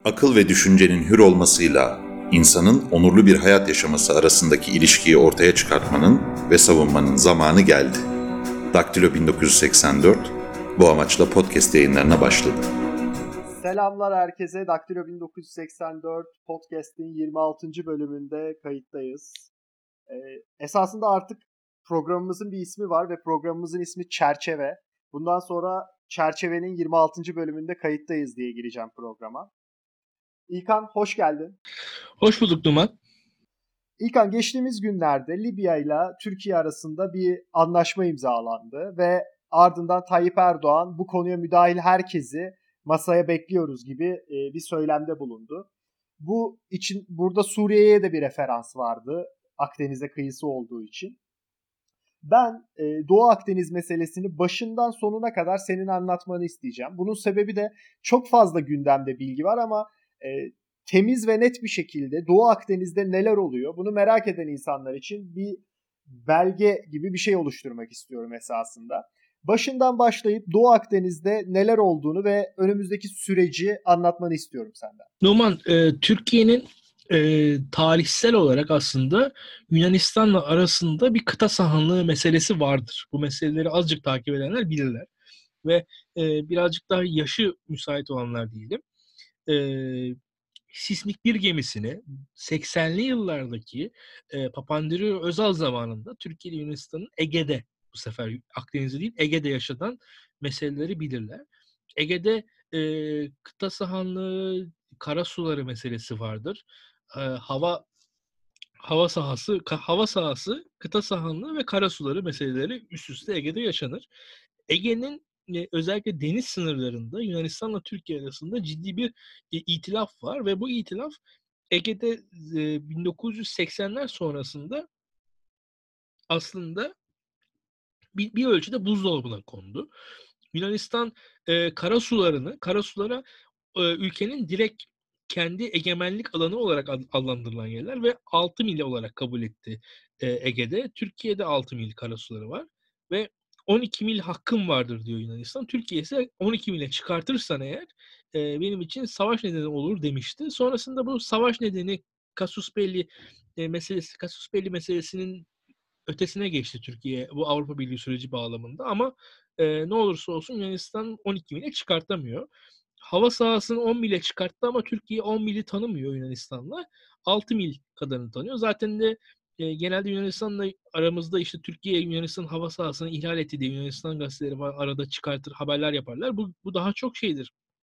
Akıl ve düşüncenin hür olmasıyla insanın onurlu bir hayat yaşaması arasındaki ilişkiyi ortaya çıkartmanın ve savunmanın zamanı geldi. Daktilo 1984 bu amaçla podcast yayınlarına başladı. Selamlar herkese. Daktilo 1984 podcast'in 26. bölümünde kayıttayız. Esasında artık programımızın bir ismi var ve programımızın ismi Çerçeve. Bundan sonra Çerçeve'nin 26. bölümünde kayıttayız diye gireceğim programa. İlkan hoş geldin. Hoş bulduk Duman. İlkan, geçtiğimiz günlerde Libya ile Türkiye arasında bir anlaşma imzalandı ve ardından Tayyip Erdoğan bu konuya müdahil herkesi masaya bekliyoruz gibi bir söylemde bulundu. Bu için burada Suriye'ye de bir referans vardı, Akdeniz'e kıyısı olduğu için. Ben Doğu Akdeniz meselesini başından sonuna kadar senin anlatmanı isteyeceğim. Bunun sebebi de çok fazla gündemde bilgi var ama temiz ve net bir şekilde Doğu Akdeniz'de neler oluyor bunu merak eden insanlar için bir belge gibi bir şey oluşturmak istiyorum esasında. Başından başlayıp Doğu Akdeniz'de neler olduğunu ve önümüzdeki süreci anlatmanı istiyorum senden. Numan, Türkiye'nin tarihsel olarak aslında Yunanistan'la arasında bir kıta sahanlığı meselesi vardır. Bu meseleleri azıcık takip edenler bilirler. Ve birazcık daha yaşı müsait olanlar diyelim. Sismik bir gemisini 80'li yıllardaki Papandreou Özal zamanında Türkiye ile Yunanistan'ın Ege'de, bu sefer Akdeniz'de değil Ege'de yaşanan meseleleri bilirler. Ege'de kıta sahanlığı, kara suları meselesi vardır. Hava sahası, kıta sahanlığı ve kara suları meseleleri üst üste Ege'de yaşanır. Ege'nin özellikle deniz sınırlarında Yunanistan'la Türkiye arasında ciddi bir itilaf var ve bu itilaf Ege'de 1980'ler sonrasında aslında bir ölçüde buzdolabına kondu. Yunanistan kara sulara ülkenin direkt kendi egemenlik alanı olarak adlandırılan yerler ve 6 mil olarak kabul etti Ege'de. Türkiye'de 6 mil karasuları var ve 12 mil hakkım vardır diyor Yunanistan. Türkiye ise 12 mile çıkartırsan eğer benim için savaş nedeni olur demişti. Sonrasında bu savaş nedeni Kasusbelli meselesinin ötesine geçti Türkiye bu Avrupa Birliği süreci bağlamında ama ne olursa olsun Yunanistan 12 mile çıkartamıyor. Hava sahasını 10 mile çıkarttı ama Türkiye 10 mili tanımıyor Yunanistan'la. 6 mil kadarını tanıyor. Zaten de genelde Yunanistan'la aramızda işte Türkiye Yunanistan hava sahasını ihlal etti diye Yunanistan gazeteleri var, arada çıkartır, haberler yaparlar. Bu daha çok şeydir.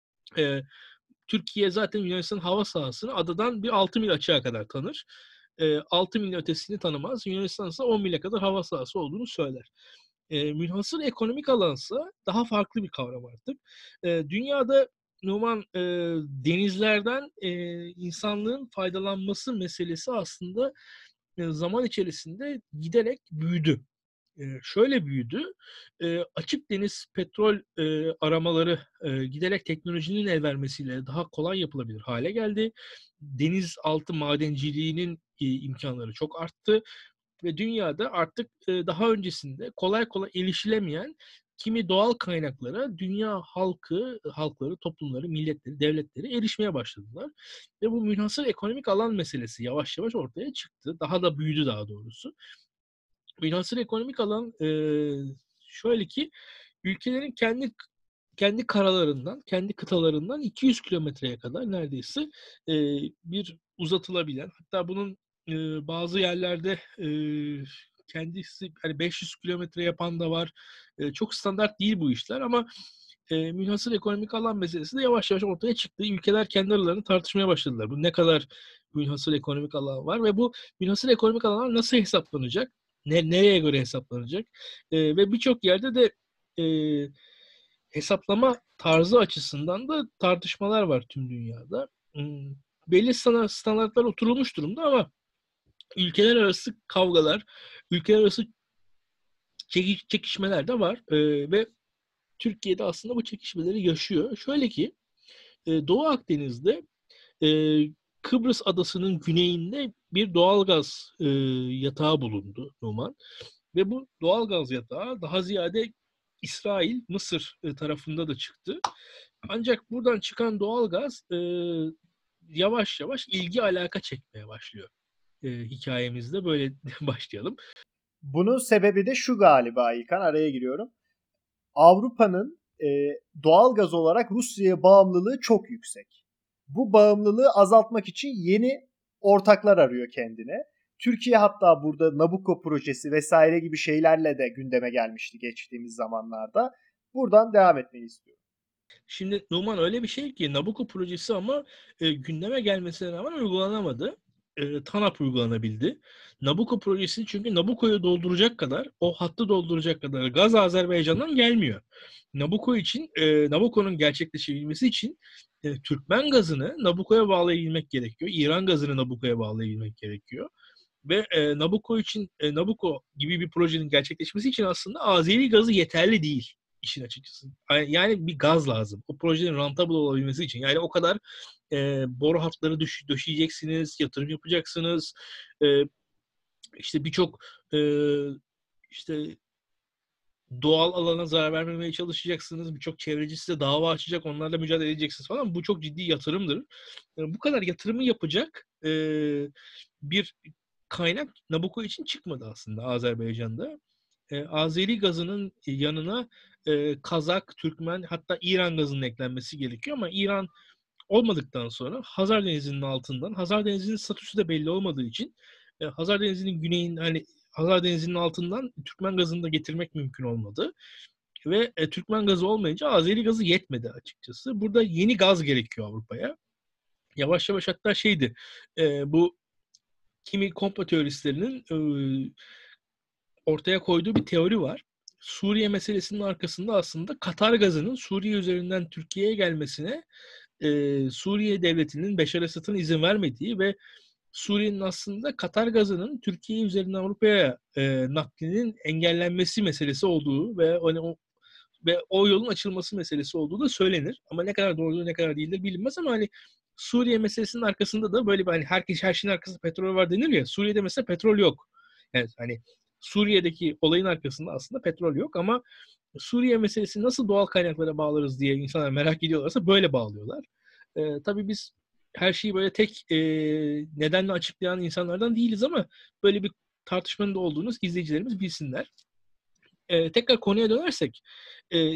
Türkiye zaten Yunanistan hava sahasını adadan bir 6 mil açığa kadar tanır. 6 mil ötesini tanımaz. Yunanistan ise 10 mile kadar hava sahası olduğunu söyler. Münhasır ekonomik alansa daha farklı bir kavram artık. Dünyada Numan denizlerden insanlığın faydalanması meselesi aslında zaman içerisinde giderek büyüdü. Şöyle büyüdü. Açık deniz petrol aramaları giderek teknolojinin el vermesiyle daha kolay yapılabilir hale geldi. Denizaltı madenciliğinin imkanları çok arttı ve dünyada artık daha öncesinde kolay kolay erişilemeyen kimi doğal kaynaklara dünya halkları, toplumları, milletleri, devletleri erişmeye başladılar. Ve bu münhasır ekonomik alan meselesi yavaş yavaş ortaya çıktı. Daha da büyüdü daha doğrusu. Münhasır ekonomik alan şöyle ki ülkelerin kendi karalarından, kendi kıtalarından 200 kilometreye kadar neredeyse bir uzatılabilen, hatta bunun bazı yerlerde kendisi hani 500 kilometre yapan da var. Çok standart değil bu işler ama münhasır ekonomik alan meselesi de yavaş yavaş ortaya çıktı. Ülkeler kendi aralarını tartışmaya başladılar. Bu ne kadar münhasır ekonomik alan var ve bu münhasır ekonomik alanlar nasıl hesaplanacak? Nereye göre hesaplanacak? Ve birçok yerde de hesaplama tarzı açısından da tartışmalar var tüm dünyada. Belli standartlar oturulmuş durumda ama ülkeler arası kavgalar, ülkeler arası çekişmeler de var. Ve Türkiye'de aslında bu çekişmeleri yaşıyor. Şöyle ki Doğu Akdeniz'de Kıbrıs adasının güneyinde bir doğalgaz yatağı bulundu Numan. Ve bu doğalgaz yatağı daha ziyade İsrail, Mısır tarafında da çıktı. Ancak buradan çıkan doğalgaz yavaş yavaş ilgi alaka çekmeye başlıyor. Hikayemizde böyle başlayalım. Bunun sebebi de şu galiba, İlkan, araya giriyorum. Avrupa'nın doğal gaz olarak Rusya'ya bağımlılığı çok yüksek. Bu bağımlılığı azaltmak için yeni ortaklar arıyor kendine. Türkiye hatta burada Nabucco projesi vesaire gibi şeylerle de gündeme gelmişti geçtiğimiz zamanlarda. Buradan devam etmeyi istiyorum. Şimdi Numan öyle bir şey ki Nabucco projesi ama gündeme gelmesine rağmen uygulanamadı. TANAP uygulanabildi. Nabucco projesi çünkü Nabucco'yu dolduracak kadar, o hattı dolduracak kadar gaz Azerbaycan'dan gelmiyor. Nabucco için, Nabucco'nun gerçekleşebilmesi için Türkmen gazını Nabucco'ya bağlayabilmek gerekiyor. İran gazını Nabucco'ya bağlayabilmek gerekiyor. Ve Nabucco için, Nabucco gibi bir projenin gerçekleşmesi için aslında Azeri gazı yeterli değil işin açıkçası. Yani bir gaz lazım. O projenin rentable olabilmesi için. Yani o kadar boru hatları döşeyeceksiniz, yatırım yapacaksınız. E, işte birçok e, işte doğal alana zarar vermemeye çalışacaksınız. Birçok çevreci size dava açacak, onlarla mücadele edeceksiniz falan. Bu çok ciddi yatırımdır. Bu kadar yatırımı yapacak bir kaynak Nabucco için çıkmadı aslında Azerbaycan'da. Azeri gazının yanına Kazak, Türkmen hatta İran gazının eklenmesi gerekiyor ama İran olmadıktan sonra Hazar Denizi'nin altından, Hazar Denizi'nin statüsü de belli olmadığı için Hazar Denizi'nin güneyin hani Hazar Denizi'nin altından Türkmen gazını da getirmek mümkün olmadı. Ve Türkmen gazı olmayınca Azeri gazı yetmedi açıkçası. Burada yeni gaz gerekiyor Avrupa'ya. Yavaş yavaş hatta bu kimi komplo teoristlerinin ortaya koyduğu bir teori var. Suriye meselesinin arkasında aslında Katar gazının Suriye üzerinden Türkiye'ye gelmesine Suriye devletinin Beşar Esad'ın izin vermediği ve Suriye'nin aslında Katar gazının Türkiye üzerinden Avrupa'ya naklinin engellenmesi meselesi olduğu ve o yolun açılması meselesi olduğu da söylenir. Ama ne kadar doğrudur ne kadar değildir bilinmez ama hani Suriye meselesinin arkasında da böyle bir hani her şeyin arkasında petrol var denir ya. Suriye'de mesela petrol yok. Yani hani Suriye'deki olayın arkasında aslında petrol yok ama Suriye meselesini nasıl doğal kaynaklara bağlarız diye insanlar merak ediyorlarsa böyle bağlıyorlar. Tabii biz her şeyi böyle tek nedenle açıklayan insanlardan değiliz ama böyle bir tartışmanın da olduğunu izleyicilerimiz bilsinler. Tekrar konuya dönersek e,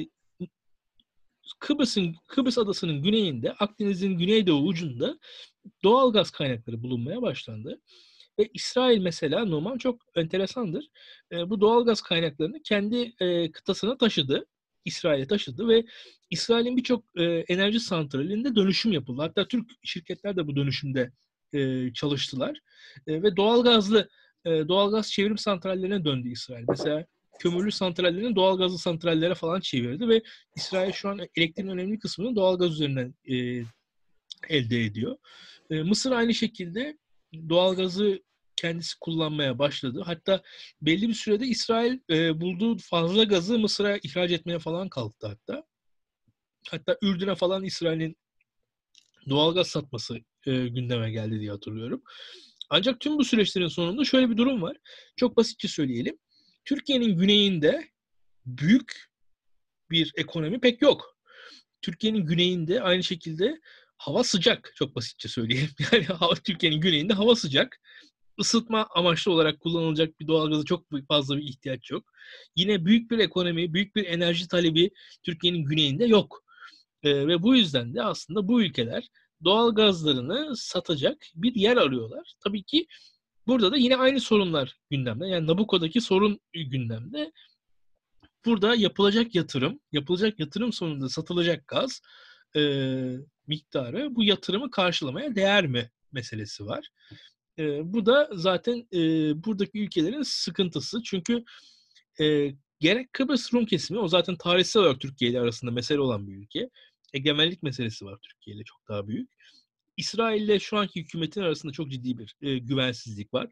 Kıbrıs adasının güneyinde, Akdeniz'in güneydoğu ucunda doğal gaz kaynakları bulunmaya başlandı. Ve İsrail mesela Numan çok enteresandır. Bu doğal gaz kaynaklarını kendi kıtasına taşıdı. İsrail'e taşıdı ve İsrail'in birçok enerji santralinde dönüşüm yapıldı. Hatta Türk şirketler de bu dönüşümde çalıştılar. Ve doğalgaz çevrim santrallerine döndü İsrail. Mesela kömürlü santrallerini doğalgazlı santrallere falan çevirdi ve İsrail şu an elektriğin önemli kısmını doğalgaz üzerinden elde ediyor. Mısır aynı şekilde doğalgazı kendisi kullanmaya başladı. Hatta belli bir sürede İsrail bulduğu fazla gazı Mısır'a ihraç etmeye falan kalktı hatta. Hatta Ürdün'e falan İsrail'in doğalgaz satması gündeme geldi diye hatırlıyorum. Ancak tüm bu süreçlerin sonunda şöyle bir durum var. Çok basitçe söyleyelim. Türkiye'nin güneyinde büyük bir ekonomi pek yok. Türkiye'nin güneyinde aynı şekilde hava sıcak. Çok basitçe söyleyeyim. Yani Türkiye'nin güneyinde hava sıcak. Isıtma amaçlı olarak kullanılacak bir doğalgaza çok fazla bir ihtiyaç yok. Yine büyük bir ekonomi, büyük bir enerji talebi Türkiye'nin güneyinde yok. Ve bu yüzden de aslında bu ülkeler doğal gazlarını satacak bir yer arıyorlar. Tabii ki burada da yine aynı sorunlar gündemde. Yani Nabucco'daki sorun gündemde. Burada yapılacak yatırım sonunda satılacak gaz e, miktarı bu yatırımı karşılamaya değer mi meselesi var. Bu da zaten buradaki ülkelerin sıkıntısı. Çünkü gerek Kıbrıs Rum kesimi, o zaten tarihsel olarak Türkiye ile arasında mesele olan bir ülke. Egemenlik meselesi var Türkiye ile çok daha büyük. İsrail ile şu anki hükümetin arasında çok ciddi bir güvensizlik var.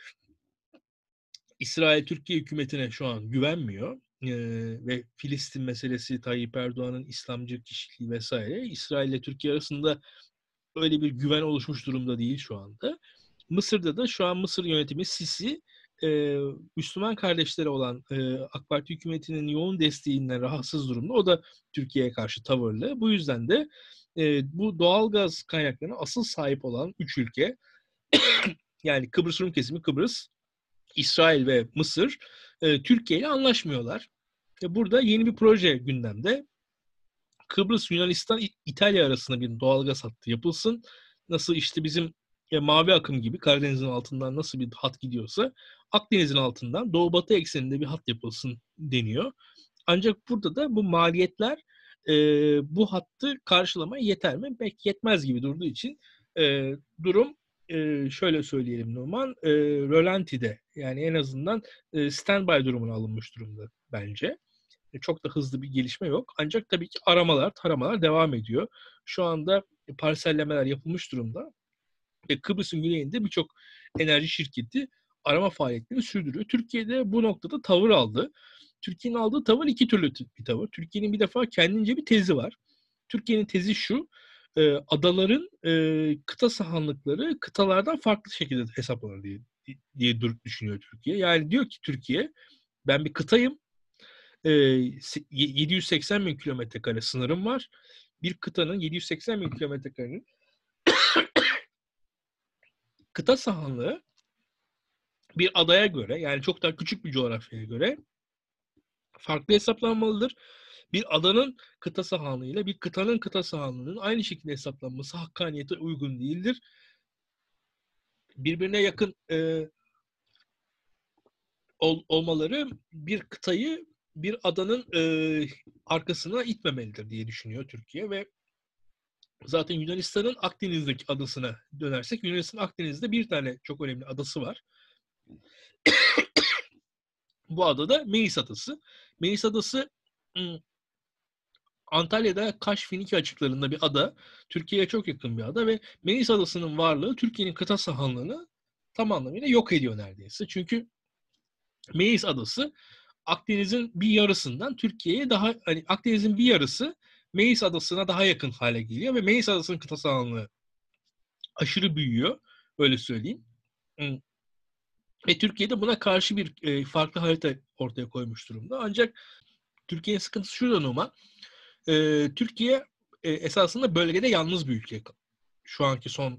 İsrail Türkiye hükümetine şu an güvenmiyor. Ve Filistin meselesi, Tayyip Erdoğan'ın İslamcı kişiliği vesaire İsrail ile Türkiye arasında öyle bir güven oluşmuş durumda değil şu anda. Mısır'da da şu an Mısır yönetimi Sisi Müslüman kardeşleri olan AK Parti hükümetinin yoğun desteğinden rahatsız durumda. O da Türkiye'ye karşı tavırlı. Bu yüzden de bu doğalgaz kaynaklarına asıl sahip olan 3 ülke, yani Kıbrıs Rum kesimi, Kıbrıs, İsrail ve Mısır, Türkiye ile anlaşmıyorlar. Burada yeni bir proje gündemde. Kıbrıs, Yunanistan, İtalya arasında bir doğalgaz hattı yapılsın. Nasıl işte bizim Mavi Akım gibi Karadeniz'in altından nasıl bir hat gidiyorsa Akdeniz'in altından Doğu Batı ekseninde bir hat yapılsın deniyor. Ancak burada da bu maliyetler bu hattı karşılamaya yeter mi? Belki yetmez gibi durduğu için durum şöyle söyleyelim Numan, rölantide, yani en azından standby durumuna alınmış durumda bence. Çok da hızlı bir gelişme yok. Ancak tabii ki taramalar devam ediyor. Şu anda parsellemeler yapılmış durumda. Kıbrıs'ın güneyinde birçok enerji şirketi arama faaliyetlerini sürdürüyor. Türkiye'de bu noktada tavır aldı. Türkiye'nin aldığı tavır iki türlü bir tavır. Türkiye'nin bir defa kendince bir tezi var. Türkiye'nin tezi şu: adaların kıta sahanlıkları kıtalardan farklı şekilde hesaplanır diye düşünüyor Türkiye. Yani diyor ki Türkiye, ben bir kıtayım. 780 bin kilometre kare sınırım var. Bir kıtanın 780 bin kilometre karenin kıta sahanlığı bir adaya göre, yani çok daha küçük bir coğrafyaya göre farklı hesaplanmalıdır. Bir adanın kıta sahanlığıyla bir kıtanın kıta sahanlığının aynı şekilde hesaplanması hakkaniyete uygun değildir. Birbirine yakın olmaları bir kıtayı bir adanın arkasına itmemelidir diye düşünüyor Türkiye ve zaten Yunanistan'ın Akdeniz'deki adasına dönersek, Yunanistan Akdeniz'de bir tane çok önemli adası var. Bu ada da Meis Adası. Meis Adası Antalya'da Kaş-Finike açıklarında bir ada. Türkiye'ye çok yakın bir ada ve Meis Adası'nın varlığı Türkiye'nin kıta sahanlığını tam anlamıyla yok ediyor neredeyse. Çünkü Meis Adası Akdeniz'in bir yarısından Türkiye'ye daha, hani Akdeniz'in bir yarısı Meis Adası'na daha yakın hale geliyor ve Meis Adası'nın kıta sahanlığı aşırı büyüyor. Öyle söyleyeyim. Ve Türkiye'de buna karşı bir farklı harita ortaya koymuş durumda. Ancak Türkiye'nin sıkıntısı şurada Numan. Türkiye esasında bölgede yalnız bir ülke. Şu anki son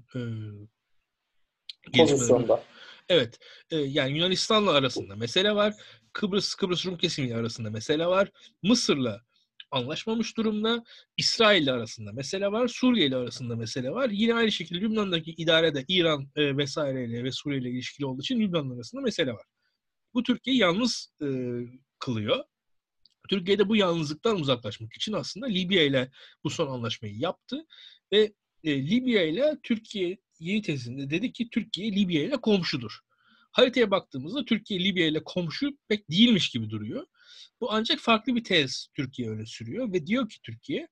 gelişmeler. Evet. Yani Yunanistan'la arasında mesele var. Kıbrıs Rum kesimi arasında mesele var. Mısır'la anlaşmamış durumda. İsrail'le arasında mesele var. Suriye'yle arasında mesele var. Yine aynı şekilde Lübnan'daki idarede İran vesaireyle ve Suriye'yle ilişkili olduğu için Lübnan'la arasında mesele var. Bu Türkiye'yi yalnız kılıyor. Türkiye'de bu yalnızlıktan uzaklaşmak için aslında Libya ile bu son anlaşmayı yaptı ve Libya ile Türkiye yeni tezinde dedi ki Türkiye Libya ile komşudur. Haritaya baktığımızda Türkiye Libya ile komşu pek değilmiş gibi duruyor. Bu ancak farklı bir tez Türkiye öne sürüyor ve diyor ki Türkiye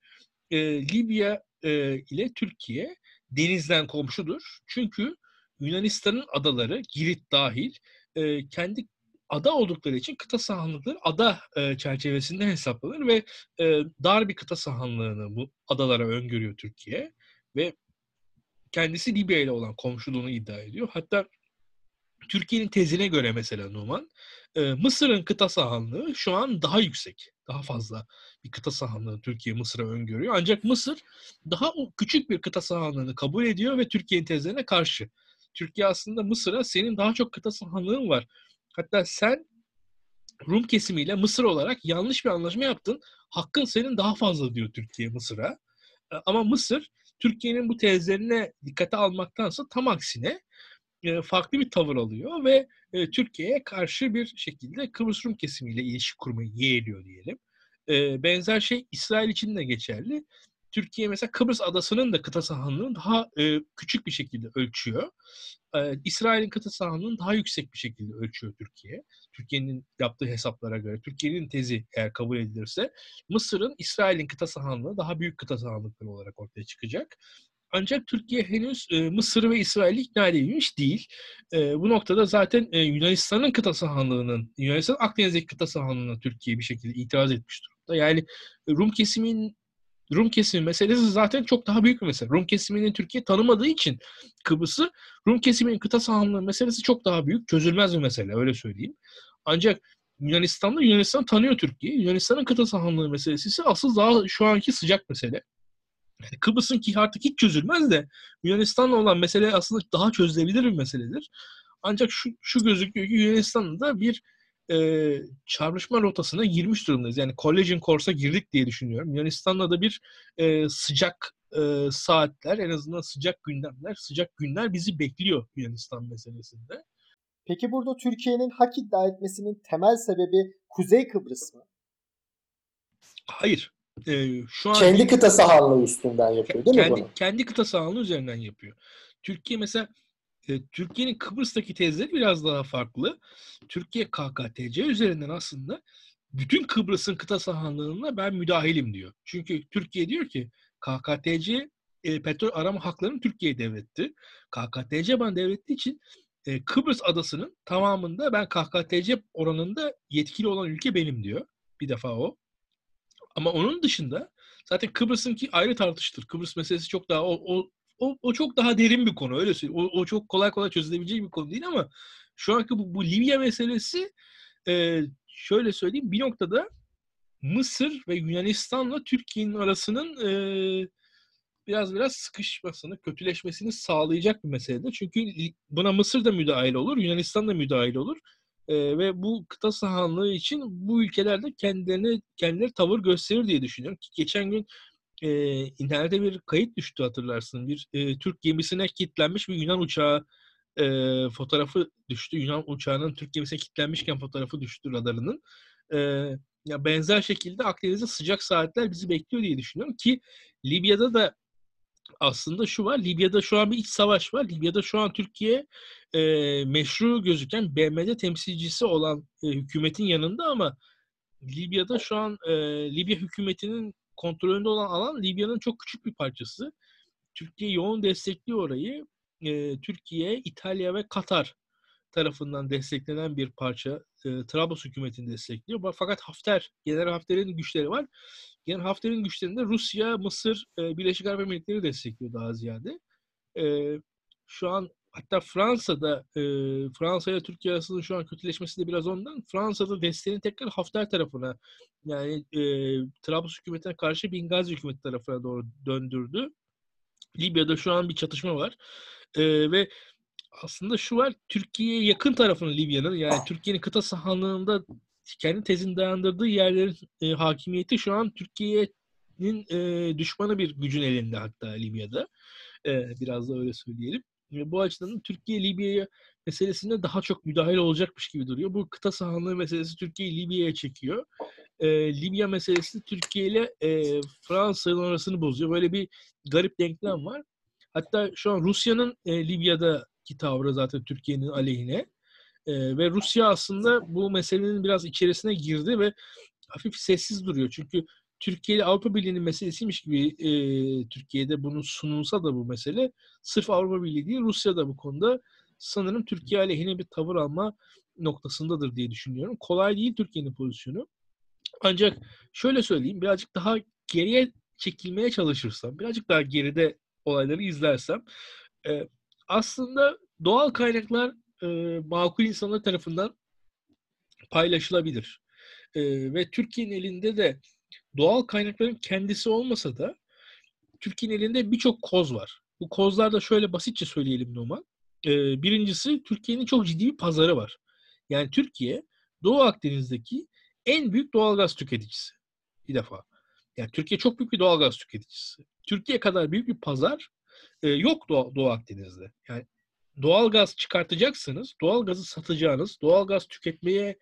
Libya ile Türkiye denizden komşudur. Çünkü Yunanistan'ın adaları, Girit dahil, kendi ada oldukları için kıta sahanlıkları ada çerçevesinde hesaplanır ve dar bir kıta sahanlığını bu adalara öngörüyor Türkiye ve kendisi Libya ile olan komşuluğunu iddia ediyor. Hatta Türkiye'nin tezine göre mesela Numan, Mısır'ın kıta sahanlığı şu an daha yüksek, daha fazla bir kıta sahanlığını Türkiye Mısır'a öngörüyor. Ancak Mısır daha küçük bir kıta sahanlığını kabul ediyor ve Türkiye'nin tezlerine karşı. Türkiye aslında Mısır'a senin daha çok kıta sahanlığın var. Hatta sen Rum kesimiyle Mısır olarak yanlış bir anlaşma yaptın. Hakkın senin daha fazla diyor Türkiye Mısır'a. Ama Mısır Türkiye'nin bu tezlerine dikkate almaktansa tam aksine farklı bir tavır alıyor ve Türkiye'ye karşı bir şekilde Kıbrıs Rum kesimiyle ilişki kurmayı yeğliyor diyelim. Benzer şey İsrail için de geçerli. Türkiye mesela Kıbrıs adasının da kıta sahanlığını daha küçük bir şekilde ölçüyor. İsrail'in kıta sahanlığını daha yüksek bir şekilde ölçüyor Türkiye. Türkiye'nin yaptığı hesaplara göre, Türkiye'nin tezi eğer kabul edilirse Mısır'ın İsrail'in kıta sahanlığı daha büyük kıta sahanlıkları olarak ortaya çıkacak. Ancak Türkiye henüz Mısır ve İsrail'i ikna edilmiş değil. Bu noktada zaten Yunanistan'ın kıta sahanlığının, Yunanistan Akdeniz'deki kıta sahanlığına Türkiye bir şekilde itiraz etmiş durumda. Yani Rum kesimin Rum kesimi meselesi zaten çok daha büyük bir mesele. Rum kesiminin Türkiye tanımadığı için Kıbrıs'ı, Rum kesiminin kıta sahanlığı meselesi çok daha büyük, çözülmez bir mesele, öyle söyleyeyim. Ancak Yunanistan tanıyor Türkiye'yi. Yunanistan'ın kıta sahanlığı meselesi ise asıl daha şu anki sıcak mesele. Yani Kıbrıs'ın ki artık hiç çözülmez de Yunanistan'la olan mesele aslında daha çözülebilir bir meseledir. Ancak şu gözüküyor ki Yunanistan'da da bir çarpışma rotasına girmiş durumdayız. Yani collision course'a girdik diye düşünüyorum. Yunanistan'la da bir sıcak saatler, en azından sıcak gündemler, sıcak günler bizi bekliyor Yunanistan meselesinde. Peki burada Türkiye'nin hak iddia etmesinin temel sebebi Kuzey Kıbrıs mı? Hayır. Şu an kendi kıta sahanlığı üstünden yapıyor değil mi bunu? Kendi kıta sahanlığı üzerinden yapıyor. Türkiye mesela Türkiye'nin Kıbrıs'taki tezleri biraz daha farklı. Türkiye KKTC üzerinden aslında bütün Kıbrıs'ın kıta sahanlığına ben müdahilim diyor. Çünkü Türkiye diyor ki KKTC petrol arama haklarını Türkiye'ye devretti. KKTC bana devrettiği için Kıbrıs adasının tamamında ben KKTC oranında yetkili olan ülke benim diyor. Bir defa o. Ama onun dışında zaten Kıbrıs'ınki ayrı tartışılır. Kıbrıs meselesi çok daha o çok daha derin bir konu, öyle söyleyeyim. O çok kolay kolay çözülebilecek bir konu değil ama şu anki bu Libya meselesi şöyle söyleyeyim, bir noktada Mısır ve Yunanistan'la Türkiye'nin arasının biraz sıkışmasını, kötüleşmesini sağlayacak bir meseledir. Çünkü buna Mısır da müdahil olur, Yunanistan da müdahil olur. Ve bu kıta sahanlığı için bu ülkeler de kendileri tavır gösterir diye düşünüyorum. Ki geçen gün internette bir kayıt düştü, hatırlarsın. Bir Türk gemisine kilitlenmiş bir Yunan uçağı fotoğrafı düştü. Yunan uçağının Türk gemisine kilitlenmişken fotoğrafı düştü radarının. Ya benzer şekilde Akdeniz'de sıcak saatler bizi bekliyor diye düşünüyorum ki Libya'da da aslında şu var. Libya'da şu an bir iç savaş var. Libya'da şu an Türkiye meşru gözüken BM'de temsilcisi olan hükümetin yanında ama Libya'da şu an Libya hükümetinin kontrolünde olan alan Libya'nın çok küçük bir parçası. Türkiye yoğun destekliyor orayı. Türkiye, İtalya ve Katar tarafından desteklenen bir parça. Trablus hükümetini destekliyor. Fakat General Hafter'in güçleri var. General Hafter'in güçlerinde Rusya, Mısır, Birleşik Arap Emirlikleri destekliyor daha ziyade. Şu an hatta Fransa'da Fransa ile Türkiye arasında şu an kötüleşmesi de biraz ondan. Fransa'da desteğini tekrar Hafter tarafına, yani Trablus hükümetine karşı Bingazi hükümeti tarafına doğru döndürdü. Libya'da şu an bir çatışma var. Ve aslında şu var, Türkiye'ye yakın tarafının Libya'nın, yani Türkiye'nin kıta sahanlığında kendi tezini dayandırdığı yerlerin hakimiyeti şu an Türkiye'nin düşmanı bir gücün elinde, hatta Libya'da. Biraz da öyle söyleyelim. Bu açıdan Türkiye Libya meselesinde daha çok müdahil olacakmış gibi duruyor. Bu kıta sahanlığı meselesi Türkiye'yi Libya'ya çekiyor. Libya meselesi Türkiye ile Fransa'nın arasını bozuyor. Böyle bir garip denklem var. Hatta şu an Rusya'nın Libya'daki tavrı zaten Türkiye'nin aleyhine. Ve Rusya aslında bu meselenin biraz içerisine girdi ve hafif sessiz duruyor. Çünkü Türkiye ile Avrupa Birliği'nin meselesiymiş gibi Türkiye'de bunu sunulsa da bu mesele, sırf Avrupa Birliği değil, Rusya da bu konuda sanırım Türkiye aleyhine bir tavır alma noktasındadır diye düşünüyorum. Kolay değil Türkiye'nin pozisyonu. Ancak şöyle söyleyeyim, birazcık daha geriye çekilmeye çalışırsam, birazcık daha geride olayları izlersem, aslında doğal kaynaklar makul insanlar tarafından paylaşılabilir. Ve Türkiye'nin elinde de doğal kaynakların kendisi olmasa da Türkiye'nin elinde birçok koz var. Bu kozlar da şöyle basitçe söyleyelim Numan. Birincisi, Türkiye'nin çok ciddi bir pazarı var. Yani Türkiye Doğu Akdeniz'deki en büyük doğalgaz tüketicisi. Bir defa. Yani Türkiye çok büyük bir doğalgaz tüketicisi. Türkiye kadar büyük bir pazar yok Doğu Akdeniz'de. Yani doğalgaz çıkartacaksınız, doğalgazı satacağınız, doğalgaz tüketmeye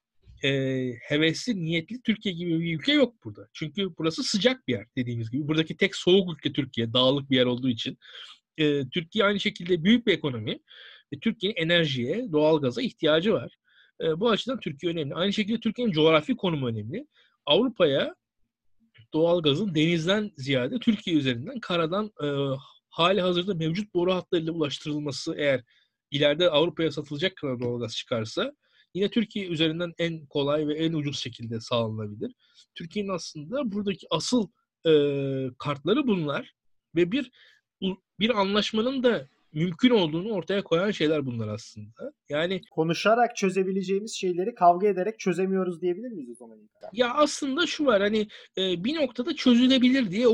hevesli, niyetli Türkiye gibi bir ülke yok burada. Çünkü burası sıcak bir yer dediğimiz gibi. Buradaki tek soğuk ülke Türkiye, dağlık bir yer olduğu için. Türkiye aynı şekilde büyük bir ekonomi ve Türkiye'nin enerjiye, doğalgaza ihtiyacı var. Bu açıdan Türkiye önemli. Aynı şekilde Türkiye'nin coğrafi konumu önemli. Avrupa'ya doğalgazın denizden ziyade Türkiye üzerinden karadan hali hazırda mevcut boru hatlarıyla ulaştırılması, eğer ileride Avrupa'ya satılacak kadar doğalgaz çıkarsa, yine Türkiye üzerinden en kolay ve en ucuz şekilde sağlanabilir. Türkiye'nin aslında buradaki asıl kartları bunlar ve bir anlaşmanın da mümkün olduğunu ortaya koyan şeyler bunlar aslında. Yani Konuşarak çözebileceğimiz şeyleri kavga ederek çözemiyoruz diyebilir miyiz o zaman İlkan? ya aslında şu var, hani bir noktada çözülebilir diye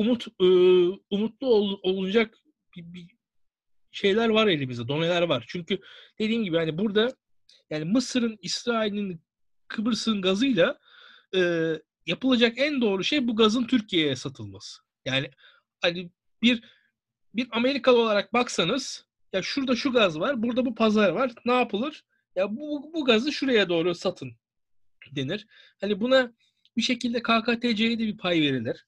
umutlu olacak bir şeyler var elimizde, doneler var. Çünkü dediğim gibi hani burada yani Mısır'ın, İsrail'in, Kıbrıs'ın gazıyla yapılacak en doğru şey bu gazın Türkiye'ye satılması. Yani hani bir Amerikalı olarak baksanız ya şurada şu gaz var, burada bu pazar var. Ne yapılır? Ya bu gazı şuraya doğru satın denir. Hani buna bir şekilde KKTC'ye de bir pay verilir.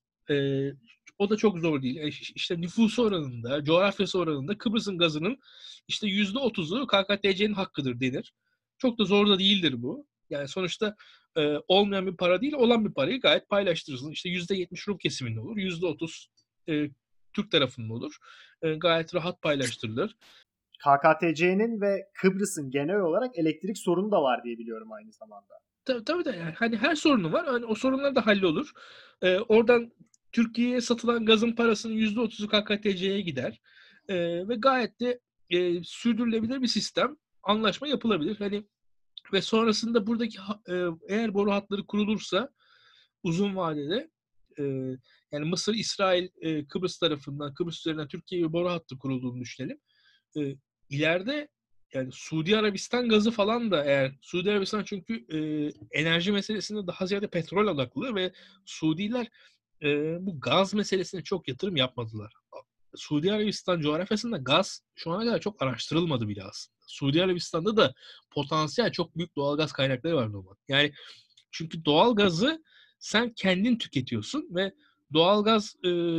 O da çok zor değil. İşte nüfusu oranında, coğrafyası oranında Kıbrıs'ın gazının işte %30'u KKTC'nin hakkıdır denir. Çok da zor da değildir bu. Yani sonuçta olmayan bir para değil, olan bir parayı gayet paylaştırırsın. İşte %70 Rum kesiminde olur, %30 Türk tarafında olur. Gayet rahat paylaştırılır. KKTC'nin ve Kıbrıs'ın genel olarak elektrik sorunu da var diye biliyorum aynı zamanda. Tabii de yani hani her sorunu var. Hani o sorunlar da hallolur. Oradan Türkiye'ye satılan gazın parasının %30'u KKTC'ye gider. Ve gayet de sürdürülebilir bir sistem. Anlaşma yapılabilir. Hani ve sonrasında buradaki eğer boru hatları kurulursa uzun vadede e, yani Mısır, İsrail, Kıbrıs tarafından, Kıbrıs üzerinden Türkiye'ye boru hattı kurulduğunu düşünelim. E, ileride yani Suudi Arabistan gazı falan da eğer Suudi Arabistan çünkü enerji meselesinde daha ziyade petrol odaklı ve Suudiler bu gaz meselesine çok yatırım yapmadılar. Suudi Arabistan coğrafyasında gaz şu ana kadar çok araştırılmadı bile aslında. Suudi Arabistan'da da potansiyel çok büyük doğal gaz kaynakları var normal. Yani çünkü doğal gazı sen kendin tüketiyorsun ve doğal gaz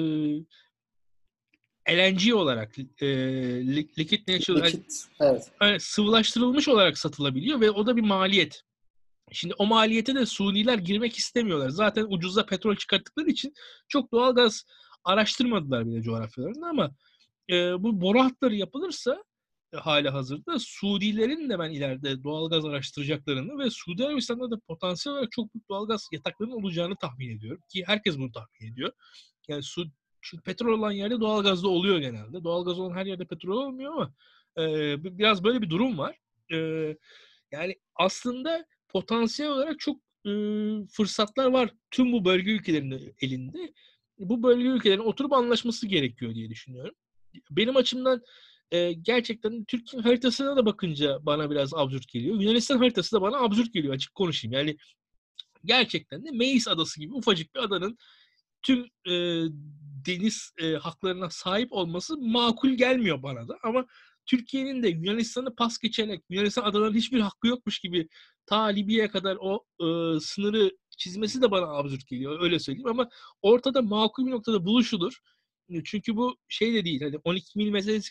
LNG olarak liquid natural Likit, evet. yani sıvılaştırılmış olarak satılabiliyor ve o da bir maliyet. Şimdi o maliyete de Suudiler girmek istemiyorlar. Zaten ucuza petrol çıkarttıkları için çok doğal gaz araştırmadılar bile coğrafyalarında ama bu boru hatları yapılırsa hali hazırda Suudilerin de ben ileride doğalgaz araştıracaklarını ve Suudi Arabistan'da da potansiyel olarak çok büyük doğalgaz yataklarının olacağını tahmin ediyorum. Ki herkes bunu tahmin ediyor. Yani çünkü petrol olan yerde doğalgaz da oluyor genelde. Doğalgaz olan her yerde petrol olmuyor ama biraz böyle bir durum var. E, yani aslında potansiyel olarak çok fırsatlar var tüm bu bölge ülkelerinin elinde. Bu bölge ülkelerin oturup anlaşması gerekiyor diye düşünüyorum. Benim açımdan gerçekten Türkiye haritasına da bakınca bana biraz absürt geliyor. Yunanistan haritası da bana absürt geliyor, açık konuşayım. Yani gerçekten de Meis adası gibi ufacık bir adanın tüm deniz haklarına sahip olması makul gelmiyor bana da. Ama Türkiye'nin de Yunanistan'ı pas geçerek Yunanistan adalarının hiçbir hakkı yokmuş gibi ta Libya'ya kadar o sınırı çizmesi de bana absürt geliyor. Öyle söyleyeyim ama ortada makul bir noktada buluşulur. Çünkü bu şey de değil. Hani 12 mil meselesi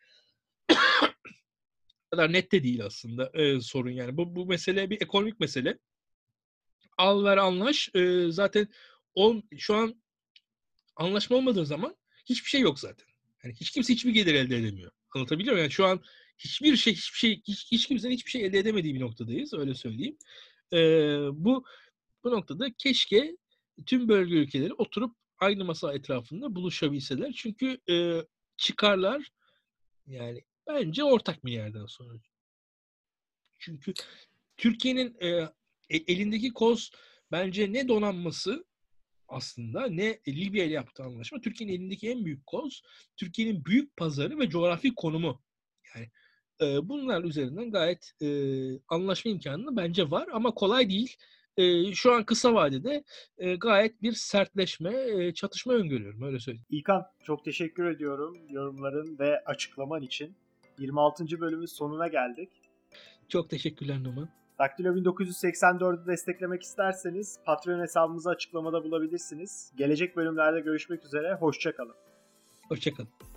kadar net de değil aslında sorun yani. Bu mesele bir ekonomik mesele. Al ver anlaş. Zaten şu an anlaşma olmadığı zaman hiçbir şey yok zaten. Yani hiç kimse hiçbir gelir elde edemiyor. Anlatabiliyor muyum? Yani şu an hiç kimsenin hiçbir şey elde edemediği bir noktadayız. Öyle söyleyeyim. Bu noktada keşke tüm bölge ülkeleri oturup aynı masa etrafında buluşabilseler. Çünkü çıkarlar yani bence ortak bir yerden sonra. Çünkü Türkiye'nin elindeki koz bence ne donanması aslında ne Libya ile yaptığı anlaşma. Türkiye'nin elindeki en büyük koz Türkiye'nin büyük pazarı ve coğrafi konumu. Yani bunlar üzerinden gayet anlaşma imkanı bence var ama kolay değil. Şu an kısa vadede gayet bir sertleşme, çatışma öngörüyorum. Öyle söyleyeyim. İlkan, çok teşekkür ediyorum yorumların ve açıklaman için. 26. bölümün sonuna geldik. Çok teşekkürler Numan. Daktilo 1984'ü desteklemek isterseniz Patreon hesabımızı açıklamada bulabilirsiniz. Gelecek bölümlerde görüşmek üzere, hoşça kalın. Hoşça kalın.